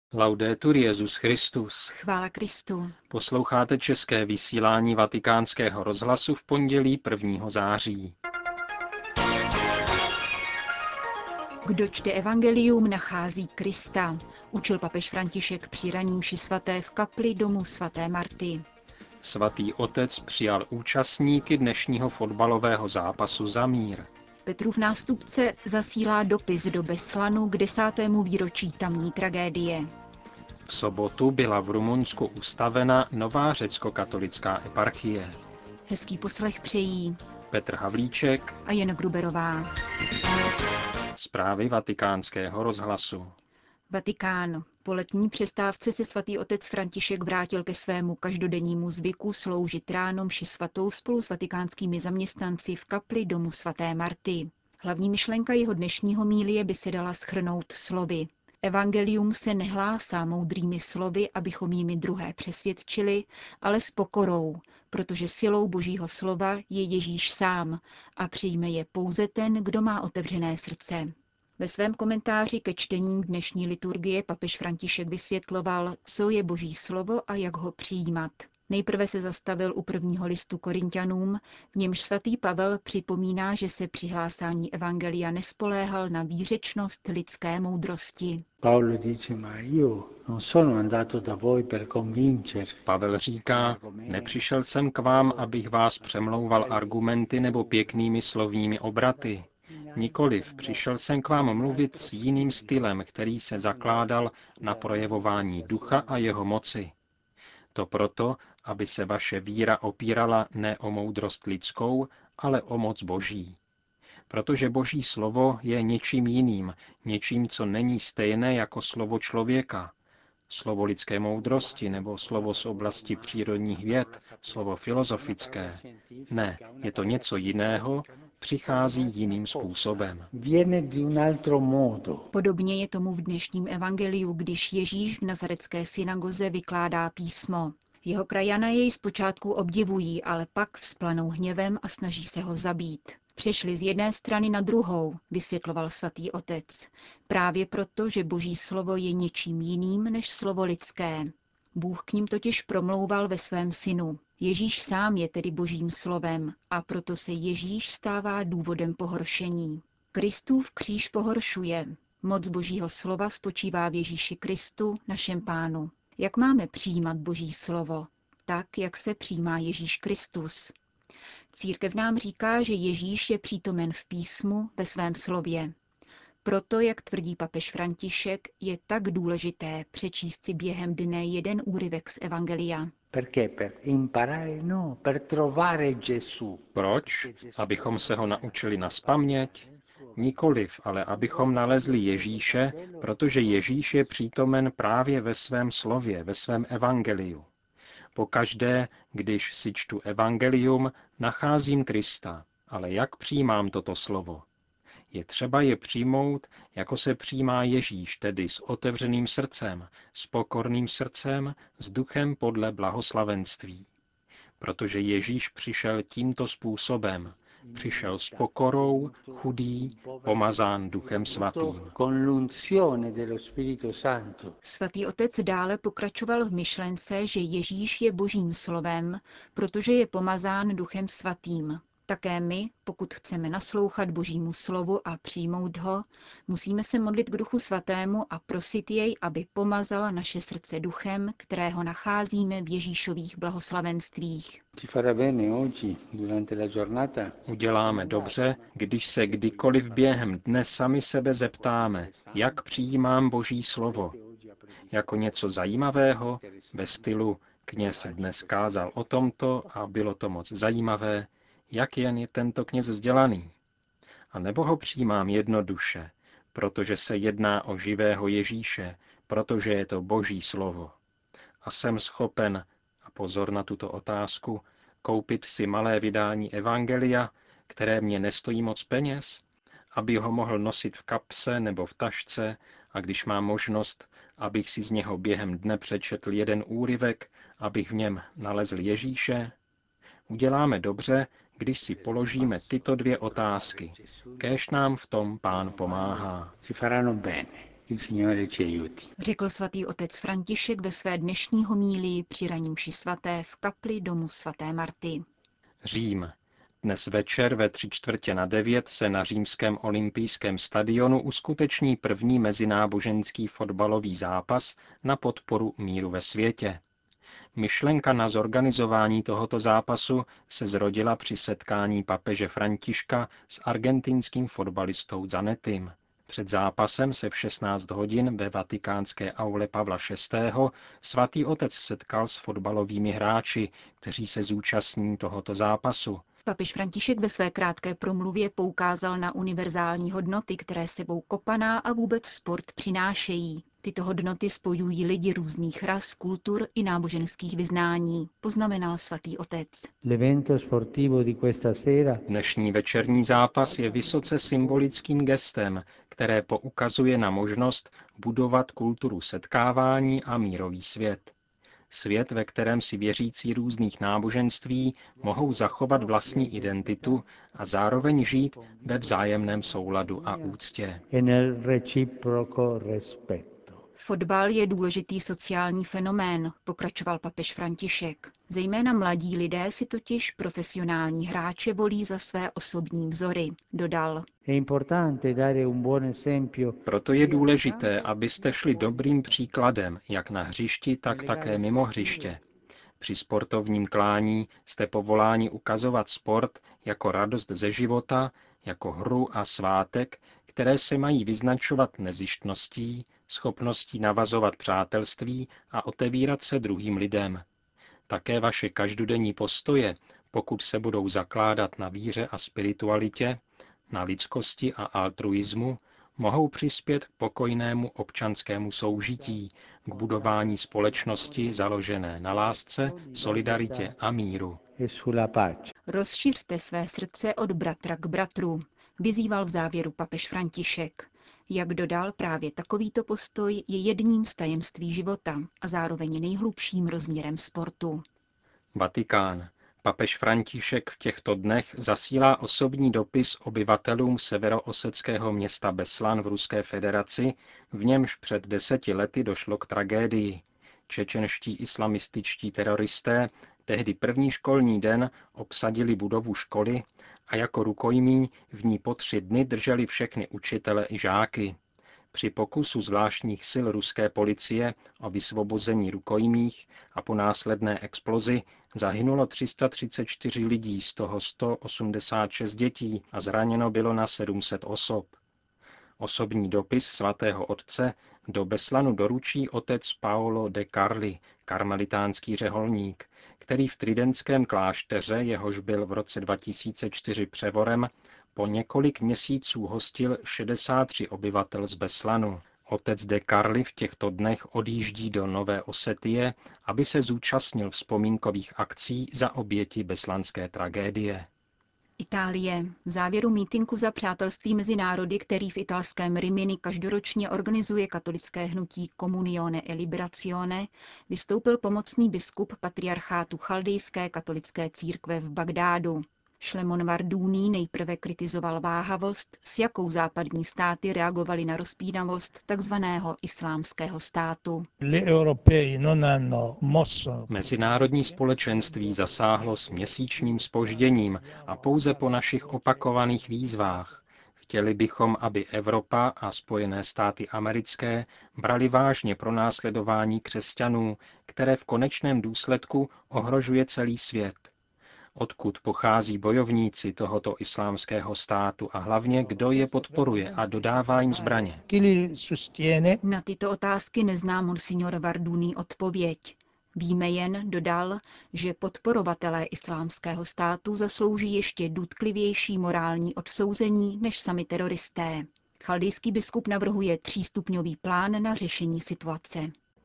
Laudetur Jesus Christus. Chvála Kristu. Posloucháte české vysílání Vatikánského rozhlasu v pondělí 1. září. Kdo čte evangelium, nachází Krista, učil papež František při raní mši svaté v kapli domu svaté Marty. Svatý otec přijal účastníky dnešního fotbalového zápasu za mír. Petrův nástupce zasílá dopis do Beslanu k 10. výročí tamní tragédie. V sobotu byla v Rumunsku ustavena nová řecko-katolická eparchie. Hezký poslech přejí Petr Havlíček a Jen Gruberová. Zprávy Vatikánského rozhlasu. Vatikán. Po letní přestávce se svatý otec František vrátil ke svému každodennímu zvyku sloužit ráno mši svatou spolu s vatikánskými zaměstnanci v kapli domu svaté Marty. Hlavní myšlenka jeho dnešního mílie by se dala shrnout slovy. Evangelium se nehlásá moudrými slovy, abychom jimi druhé přesvědčili, ale s pokorou, protože silou Božího slova je Ježíš sám a přijme je pouze ten, kdo má otevřené srdce. Ve svém komentáři ke čtení dnešní liturgie papež František vysvětloval, co je Boží slovo a jak ho přijímat. Nejprve se zastavil u prvního listu Korinťanům, v němž svatý Pavel připomíná, že se při hlásání evangelia nespoléhal na výřečnost lidské moudrosti. Pavel říká, nepřišel jsem k vám, abych vás přemlouval argumenty nebo pěknými slovními obraty. Nikoliv, přišel jsem k vám mluvit s jiným stylem, který se zakládal na projevování ducha a jeho moci. To proto, aby se vaše víra opírala ne o moudrost lidskou, ale o moc Boží. Protože Boží slovo je něčím jiným, něčím, co není stejné jako slovo člověka. Slovo lidské moudrosti nebo slovo z oblasti přírodních věd, slovo filozofické. Ne, je to něco jiného, přichází jiným způsobem. Podobně je tomu v dnešním evangeliu, když Ježíš v nazarecké synagoze vykládá písmo. Jeho krajané jej zpočátku obdivují, ale pak vzplanou hněvem a snaží se ho zabít. Přešli z jedné strany na druhou, vysvětloval svatý otec. Právě proto, že Boží slovo je něčím jiným než slovo lidské. Bůh k ním totiž promlouval ve svém synu. Ježíš sám je tedy Božím slovem a proto se Ježíš stává důvodem pohoršení. Kristův kříž pohoršuje. Moc Božího slova spočívá v Ježíši Kristu, našem Pánu. Jak máme přijímat Boží slovo? Tak, jak se přijímá Ježíš Kristus. Církev nám říká, že Ježíš je přítomen v písmu, ve svém slově. Proto, jak tvrdí papež František, je tak důležité přečíst si během dne jeden úryvek z Evangelia. Proč? Abychom se ho naučili nazpaměť? Nikoliv, ale abychom nalezli Ježíše, protože Ježíš je přítomen právě ve svém slově, ve svém evangeliu. Pokaždé, když si čtu evangelium, nacházím Krista. Ale jak přijímám toto slovo? Je třeba je přijmout, jako se přijímá Ježíš, tedy s otevřeným srdcem, s pokorným srdcem, s duchem podle blahoslavenství. Protože Ježíš přišel tímto způsobem. Přišel s pokorou, chudý, pomazán Duchem Svatým. Svatý otec dále pokračoval v myšlence, že Ježíš je Božím slovem, protože je pomazán Duchem Svatým. Také my, pokud chceme naslouchat Božímu slovu a přijmout ho, musíme se modlit k Duchu Svatému a prosit jej, aby pomazal naše srdce duchem, kterého nacházíme v Ježíšových blahoslavenstvích. Uděláme dobře, když se kdykoliv během dne sami sebe zeptáme, jak přijímám Boží slovo. Jako něco zajímavého, ve stylu kněz dnes kázal o tomto a bylo to moc zajímavé, jak jen je tento kněz vzdělaný. A nebo ho přijímám jednoduše, protože se jedná o živého Ježíše, protože je to Boží slovo. A jsem schopen, a pozor na tuto otázku, koupit si malé vydání evangelia, které mě nestojí moc peněz, aby ho mohl nosit v kapse nebo v tašce a když mám možnost, abych si z něho během dne přečetl jeden úryvek, abych v něm nalezl Ježíše? Uděláme dobře, když si položíme tyto dvě otázky. Kéž nám v tom Pán pomáhá. řekl svatý otec František ve své dnešní homílii při raní mši svaté v kapli domu svaté Marty. Řím. Dnes večer ve 8:45 se na římském olympijském stadionu uskuteční první mezináboženský fotbalový zápas na podporu míru ve světě. Myšlenka na zorganizování tohoto zápasu se zrodila při setkání papeže Františka s argentinským fotbalistou Zanettym. Před zápasem se v 16 hodin ve vatikánské aule Pavla VI. Svatý otec setkal s fotbalovými hráči, kteří se zúčastní tohoto zápasu. Papež František ve své krátké promluvě poukázal na univerzální hodnoty, které sebou kopaná a vůbec sport přinášejí. Tyto hodnoty spojují lidi různých ras, kultur i náboženských vyznání, poznamenal svatý otec. Dnešní večerní zápas je vysoce symbolickým gestem, které poukazuje na možnost budovat kulturu setkávání a mírový svět. Svět, ve kterém si věřící různých náboženství mohou zachovat vlastní identitu a zároveň žít ve vzájemném souladu a úctě. Fotbal je důležitý sociální fenomén, pokračoval papež František. Zejména mladí lidé si totiž profesionální hráče volí za své osobní vzory, dodal. Proto je důležité, abyste šli dobrým příkladem, jak na hřišti, tak také mimo hřiště. Při sportovním klání jste povoláni ukazovat sport jako radost ze života, jako hru a svátek, které se mají vyznačovat nezištností, schopností navazovat přátelství a otevírat se druhým lidem. Také vaše každodenní postoje, pokud se budou zakládat na víře a spiritualitě, na lidskosti a altruismu, mohou přispět k pokojnému občanskému soužití, k budování společnosti založené na lásce, solidaritě a míru. Rozšiřte své srdce od bratra k bratru, vyzýval v závěru papež František. Jak dodal, právě takovýto postoj je jedním z tajemství života a zároveň nejhlubším rozměrem sportu. Vatikán. Papež František v těchto dnech zasílá osobní dopis obyvatelům severooseckého města Beslan v Ruské federaci, v němž před 10 lety došlo k tragédii. Čečenští islamističtí teroristé tehdy první školní den obsadili budovu školy a jako rukojmí v ní po 3 dny drželi všechny učitele i žáky. Při pokusu zvláštních sil ruské policie o vysvobození rukojmích a po následné explozi zahynulo 334 lidí, z toho 186 dětí a zraněno bylo na 700 osob. Osobní dopis svatého otce do Beslanu doručí otec Paolo de Carli, karmelitánský řeholník, který v tridentském klášteře, jehož byl v roce 2004 převorem, po několik měsíců hostil 63 obyvatel z Beslanu. Otec de Carli v těchto dnech odjíždí do Nové Osetie, aby se zúčastnil vzpomínkových akcí za oběti beslanské tragédie. Itálie. V závěru mítinku za přátelství mezi národy, který v italském Rimini každoročně organizuje katolické hnutí Comunione e Liberazione, vystoupil pomocný biskup patriarchátu chaldejské katolické církve v Bagdádu. Šlemon Vardúný nejprve kritizoval váhavost, s jakou západní státy reagovaly na rozpínavost tzv. Islámského státu. Mezinárodní společenství zasáhlo s měsíčním zpožděním a pouze po našich opakovaných výzvách. Chtěli bychom, aby Evropa a Spojené státy americké brali vážně pronásledování křesťanů, které v konečném důsledku ohrožuje celý svět. Odkud pochází bojovníci tohoto islámského státu a hlavně kdo je podporuje a dodává jim zbraně? Na tyto otázky nezná monsignor Vardúný odpověď. Víme jen, dodal, že podporovatelé islámského státu zaslouží ještě důtlivější morální odsouzení než sami teroristé. Chaldejský biskup navrhuje 3stupňový plán na řešení situace.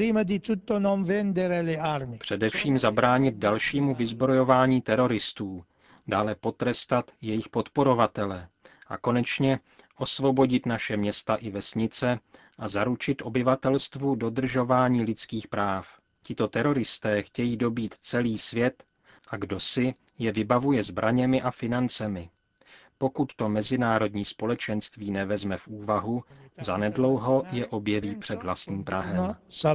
Především zabránit dalšímu vyzbrojování teroristů, dále potrestat jejich podporovatele a konečně osvobodit naše města i vesnice a zaručit obyvatelstvu dodržování lidských práv. Tito teroristé chtějí dobít celý svět a kdo si je vybavuje zbraněmi a financemi. Pokud to mezinárodní společenství nevezme v úvahu, zanedlouho je objeví před vlastním prahem.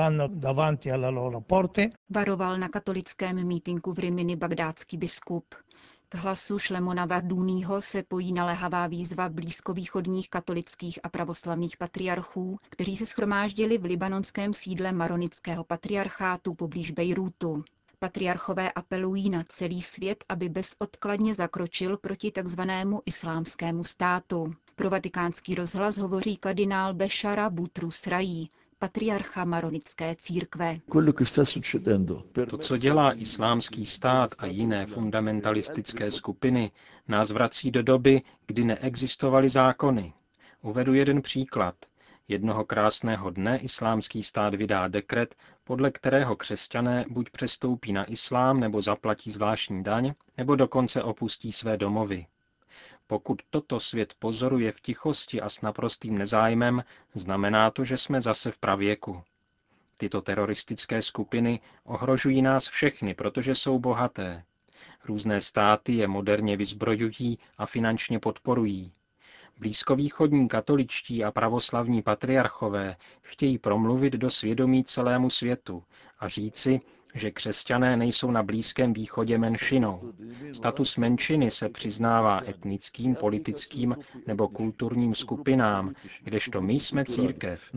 Varoval na katolickém mítinku v Rimini bagdátský biskup. K hlasu Šlemona Vardúního se pojí naléhavá výzva blízkovýchodních katolických a pravoslavných patriarchů, kteří se shromáždili v libanonském sídle maronického patriarchátu poblíž Bejrútu. Patriarchové apelují na celý svět, aby bezodkladně zakročil proti takzvanému islámskému státu. Pro Vatikánský rozhlas hovoří kardinál Bešara Butrus Rají, patriarcha maronické církve. To, co dělá islámský stát a jiné fundamentalistické skupiny, nás vrací do doby, kdy neexistovaly zákony. Uvedu jeden příklad. Jednoho krásného dne islámský stát vydá dekret, podle kterého křesťané buď přestoupí na islám, nebo zaplatí zvláštní daň, nebo dokonce opustí své domovy. Pokud toto svět pozoruje v tichosti a s naprostým nezájmem, znamená to, že jsme zase v pravěku. Tyto teroristické skupiny ohrožují nás všechny, protože jsou bohaté. Různé státy je moderně vyzbrojují a finančně podporují. Blízkovýchodní katoličtí a pravoslavní patriarchové chtějí promluvit do svědomí celému světu a říci, že křesťané nejsou na Blízkém východě menšinou. Status menšiny se přiznává etnickým, politickým nebo kulturním skupinám, kdežto my jsme církev.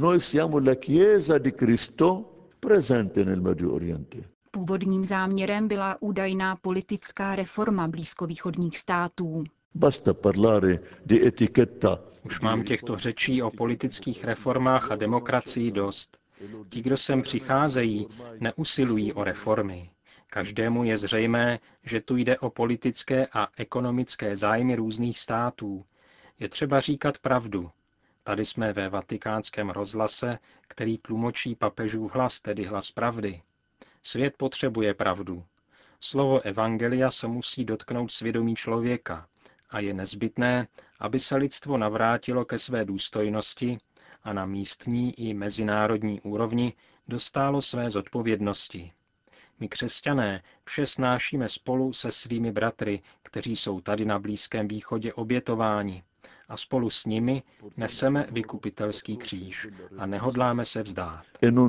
Původním záměrem byla údajná politická reforma blízkovýchodních států. Už mám těchto řečí o politických reformách a demokracii dost. Ti, kdo sem přicházejí, neusilují o reformy. Každému je zřejmé, že tu jde o politické a ekonomické zájmy různých států. Je třeba říkat pravdu. Tady jsme ve Vatikánském rozhlase, který tlumočí papežův hlas, tedy hlas pravdy. Svět potřebuje pravdu. Slovo evangelia se musí dotknout svědomí člověka a je nezbytné, aby se lidstvo navrátilo ke své důstojnosti a na místní i mezinárodní úrovni dostálo své zodpovědnosti. My křesťané vše snášíme spolu se svými bratry, kteří jsou tady na Blízkém východě obětováni, a spolu s nimi neseme vykupitelský kříž a nehodláme se vzdát.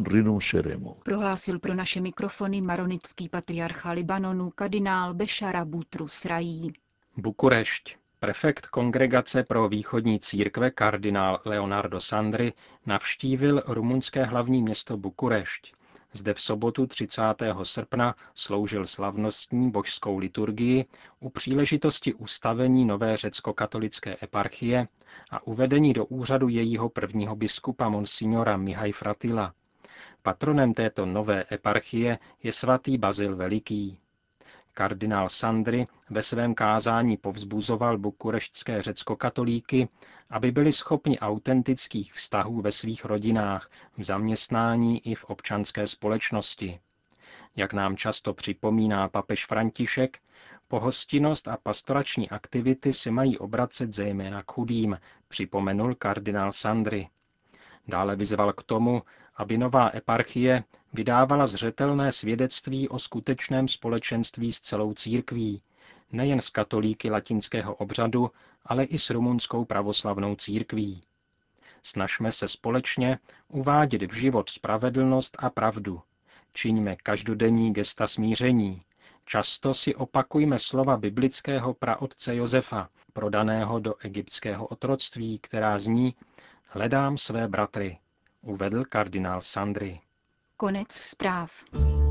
Prohlásil pro naše mikrofony maronický patriarcha Libanonu kardinál Bešara Butrus Rají. Bukurešť. Prefekt Kongregace pro východní církve kardinál Leonardo Sandri navštívil rumunské hlavní město Bukurešť. Zde v sobotu 30. srpna sloužil slavnostní božskou liturgii u příležitosti ustavení nové řecko-katolické eparchie a uvedení do úřadu jejího prvního biskupa monsignora Mihaj Fratila. Patronem této nové eparchie je svatý Bazil Veliký. Kardinál Sandri ve svém kázání povzbuzoval bukureštské řeckokatolíky, aby byli schopni autentických vztahů ve svých rodinách, v zaměstnání i v občanské společnosti. Jak nám často připomíná papež František, pohostinnost a pastorační aktivity se mají obracet zejména k chudým, připomenul kardinál Sandri. Dále vyzval k tomu, aby nová eparchie vydávala zřetelné svědectví o skutečném společenství s celou církví, nejen s katolíky latinského obřadu, ale i s rumunskou pravoslavnou církví. Snažme se společně uvádět v život spravedlnost a pravdu. Čiňme každodenní gesta smíření. Často si opakujme slova biblického praotce Josefa, prodaného do egyptského otroctví, která zní: Hledám své bratry, uvedl kardinál Sandri. Konec zpráv.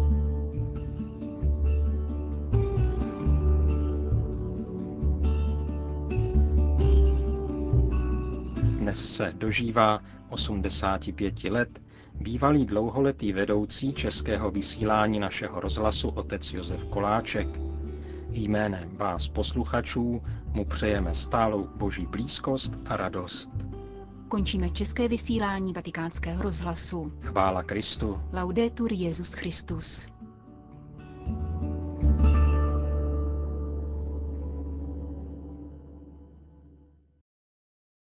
Dnes se dožívá 85 let bývalý dlouholetý vedoucí českého vysílání našeho rozhlasu otec Josef Koláček. Jménem vás posluchačů mu přejeme stálou boží blízkost a radost. Končíme české vysílání Vatikánského rozhlasu. Chvála Kristu. Laudetur Jesus Christus.